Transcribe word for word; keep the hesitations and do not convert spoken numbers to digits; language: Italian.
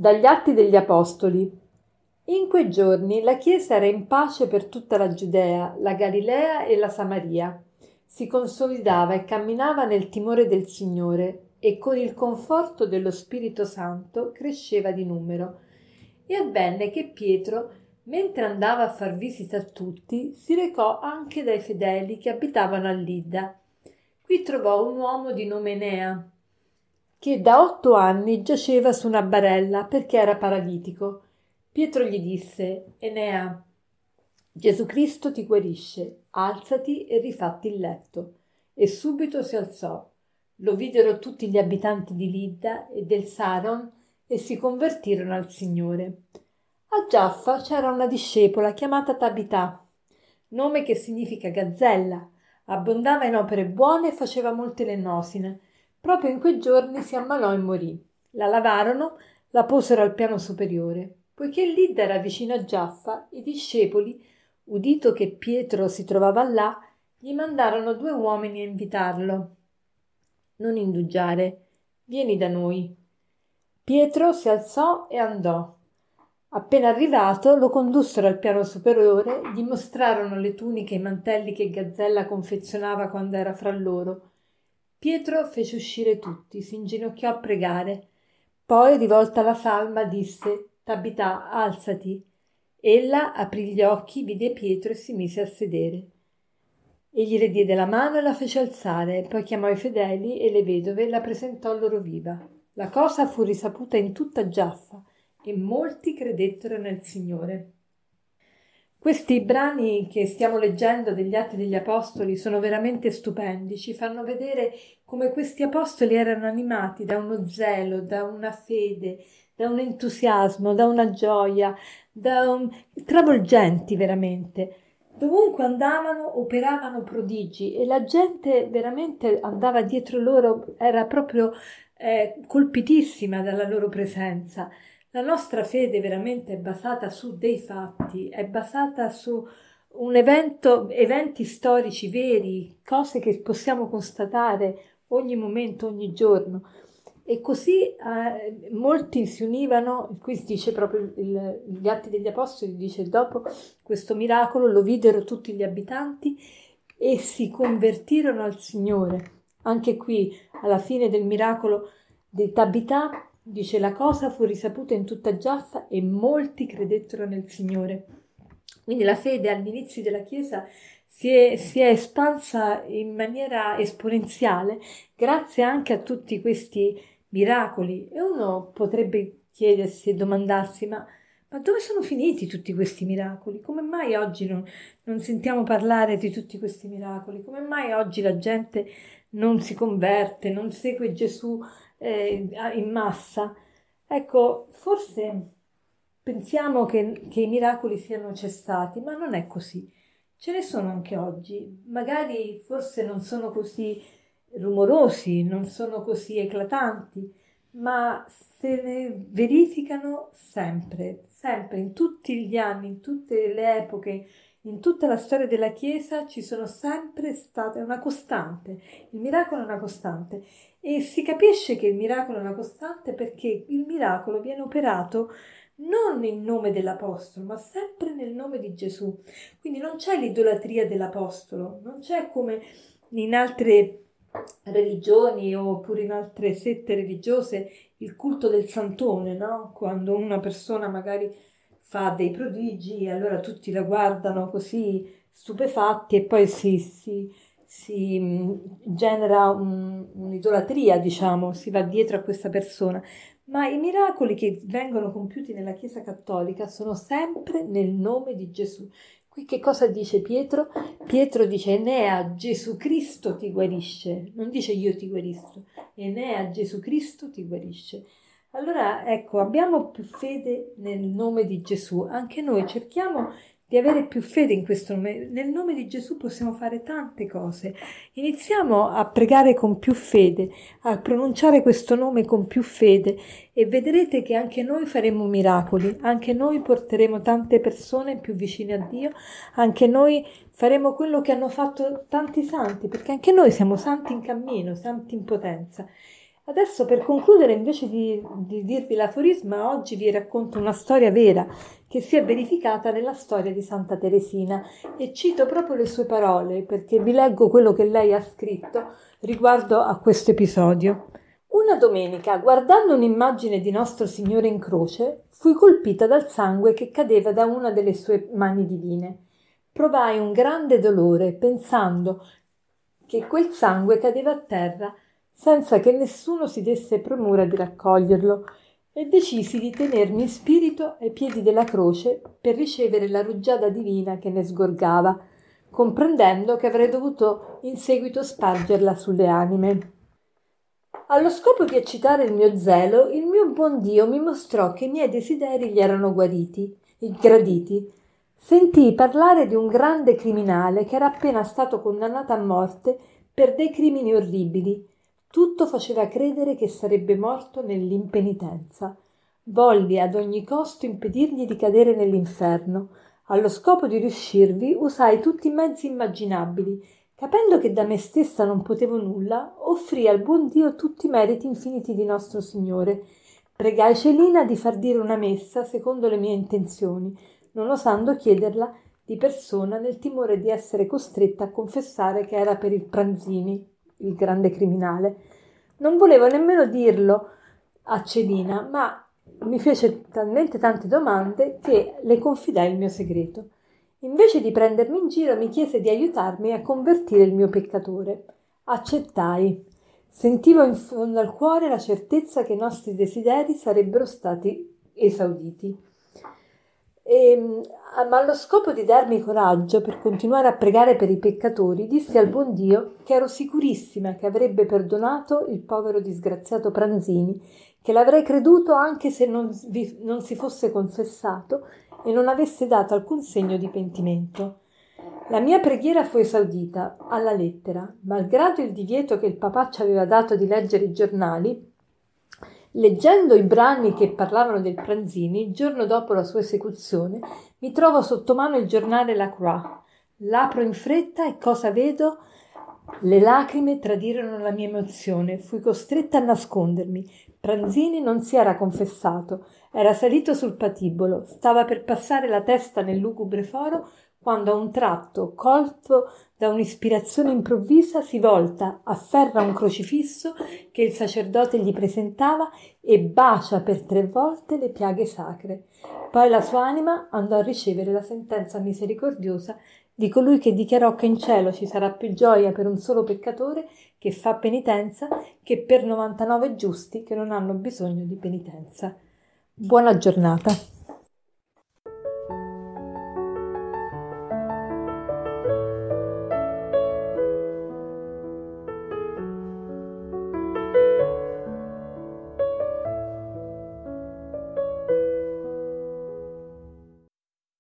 Dagli Atti degli Apostoli. In quei giorni la Chiesa era in pace per tutta la Giudea, la Galilea e la Samaria. Si consolidava e camminava nel timore del Signore e con il conforto dello Spirito Santo cresceva di numero. E avvenne che Pietro, mentre andava a far visita a tutti, si recò anche dai fedeli che abitavano a Lidda. Qui trovò un uomo di nome Enea, che da otto anni giaceva su una barella perché era paralitico. Pietro gli disse: Enea, Gesù Cristo ti guarisce, alzati e rifatti il letto. E subito si alzò. Lo videro tutti gli abitanti di Lidda e del Saron e si convertirono al Signore. A Giaffa c'era una discepola chiamata Tabità, nome che significa gazzella. Abbondava in opere buone e faceva molte elemosine. Proprio in quei giorni si ammalò e morì. La lavarono, la posero al piano superiore. Poiché Lidda era vicino a Giaffa, i discepoli, udito che Pietro si trovava là, gli mandarono due uomini a invitarlo. Non indugiare, vieni da noi. Pietro si alzò e andò. Appena arrivato, lo condussero al piano superiore, gli mostrarono le tuniche e i mantelli che Gazzella confezionava quando era fra loro. Pietro fece uscire tutti, si inginocchiò a pregare. Poi, rivolta la salma, disse: Tabità, alzati. Ella aprì gli occhi, vide Pietro e si mise a sedere. Egli le diede la mano e la fece alzare, poi chiamò i fedeli e le vedove e la presentò loro viva. La cosa fu risaputa in tutta Giaffa e molti credettero nel Signore. Questi brani che stiamo leggendo degli Atti degli Apostoli sono veramente stupendi, ci fanno vedere come questi apostoli erano animati da uno zelo, da una fede, da un entusiasmo, da una gioia, da un... travolgenti veramente. Dovunque andavano operavano prodigi e la gente veramente andava dietro loro, era proprio eh, colpitissima dalla loro presenza. La nostra fede veramente è basata su dei fatti, è basata su un evento, eventi storici veri, cose che possiamo constatare ogni momento, ogni giorno. E così eh, molti si univano, qui si dice proprio il, gli Atti degli Apostoli, dice dopo questo miracolo lo videro tutti gli abitanti e si convertirono al Signore. Anche qui alla fine del miracolo di Tabità dice: la cosa fu risaputa in tutta Giaffa e molti credettero nel Signore. Quindi la fede all'inizio della Chiesa si è, si è espansa in maniera esponenziale grazie anche a tutti questi miracoli. E uno potrebbe chiedersi e domandarsi: ma, ma dove sono finiti tutti questi miracoli? Come mai oggi non, non sentiamo parlare di tutti questi miracoli? Come mai oggi la gente non si converte, non segue Gesù eh, in massa? Ecco, forse pensiamo che, che i miracoli siano cessati, ma non è così. Ce ne sono anche oggi, magari forse non sono così rumorosi, non sono così eclatanti, ma se ne verificano sempre, sempre, in tutti gli anni, in tutte le epoche, in tutta la storia della Chiesa ci sono sempre state una costante. Il miracolo è una costante e si capisce che il miracolo è una costante perché il miracolo viene operato non in nome dell'apostolo, ma sempre nel nome di Gesù. Quindi non c'è l'idolatria dell'apostolo, non c'è come in altre religioni oppure in altre sette religiose il culto del santone, no? Quando una persona magari fa dei prodigi, allora tutti la guardano così stupefatti e poi si, si, si mh, genera un, un'idolatria, diciamo, si va dietro a questa persona. Ma i miracoli che vengono compiuti nella Chiesa Cattolica sono sempre nel nome di Gesù. Qui che cosa dice Pietro? Pietro dice: Enea, Gesù Cristo ti guarisce. Non dice io ti guarisco. Enea, Gesù Cristo ti guarisce. Allora, ecco, abbiamo più fede nel nome di Gesù. Anche noi cerchiamo di avere più fede in questo nome. Nel nome di Gesù possiamo fare tante cose. Iniziamo a pregare con più fede, a pronunciare questo nome con più fede e vedrete che anche noi faremo miracoli, anche noi porteremo tante persone più vicine a Dio, anche noi faremo quello che hanno fatto tanti santi, perché anche noi siamo santi in cammino, santi in potenza. Adesso, per concludere, invece di, di dirvi l'aforisma, oggi vi racconto una storia vera che si è verificata nella storia di Santa Teresina e cito proprio le sue parole perché vi leggo quello che lei ha scritto riguardo a questo episodio. Una domenica, guardando un'immagine di Nostro Signore in croce, fui colpita dal sangue che cadeva da una delle sue mani divine. Provai un grande dolore pensando che quel sangue cadeva a terra senza che nessuno si desse premura di raccoglierlo, e decisi di tenermi in spirito ai piedi della croce per ricevere la rugiada divina che ne sgorgava, comprendendo che avrei dovuto in seguito spargerla sulle anime. Allo scopo di eccitare il mio zelo, il mio buon Dio mi mostrò che i miei desideri gli erano guariti, graditi. Sentii parlare di un grande criminale che era appena stato condannato a morte per dei crimini orribili. Tutto faceva credere che sarebbe morto nell'impenitenza. Volli ad ogni costo impedirgli di cadere nell'inferno. Allo scopo di riuscirvi usai tutti i mezzi immaginabili. Capendo che da me stessa non potevo nulla, offrii al buon Dio tutti i meriti infiniti di nostro Signore. Pregai Celina di far dire una messa secondo le mie intenzioni, non osando chiederla di persona nel timore di essere costretta a confessare che era per il Pranzini, il grande criminale. Non volevo nemmeno dirlo a Celina, ma mi fece talmente tante domande che le confidai il mio segreto. Invece di prendermi in giro, mi chiese di aiutarmi a convertire il mio peccatore. Accettai. Sentivo in fondo al cuore la certezza che i nostri desideri sarebbero stati esauditi. E, ma allo scopo di darmi coraggio per continuare a pregare per i peccatori, dissi al buon Dio che ero sicurissima che avrebbe perdonato il povero disgraziato Pranzini, che l'avrei creduto anche se non, vi, non si fosse confessato e non avesse dato alcun segno di pentimento. La mia preghiera fu esaudita alla lettera, malgrado il divieto che il papà ci aveva dato di leggere i giornali. Leggendo i brani che parlavano del Pranzini, il giorno dopo la sua esecuzione, mi trovo sotto mano il giornale La Croix. L'apro in fretta e cosa vedo? Le lacrime tradirono la mia emozione. Fui costretta a nascondermi. Pranzini non si era confessato. Era salito sul patibolo. Stava per passare la testa nel lugubre foro quando a un tratto, colto da un'ispirazione improvvisa, si volta, afferra un crocifisso che il sacerdote gli presentava e bacia per tre volte le piaghe sacre. Poi la sua anima andò a ricevere la sentenza misericordiosa di colui che dichiarò che in cielo ci sarà più gioia per un solo peccatore che fa penitenza che per novantanove giusti che non hanno bisogno di penitenza. Buona giornata.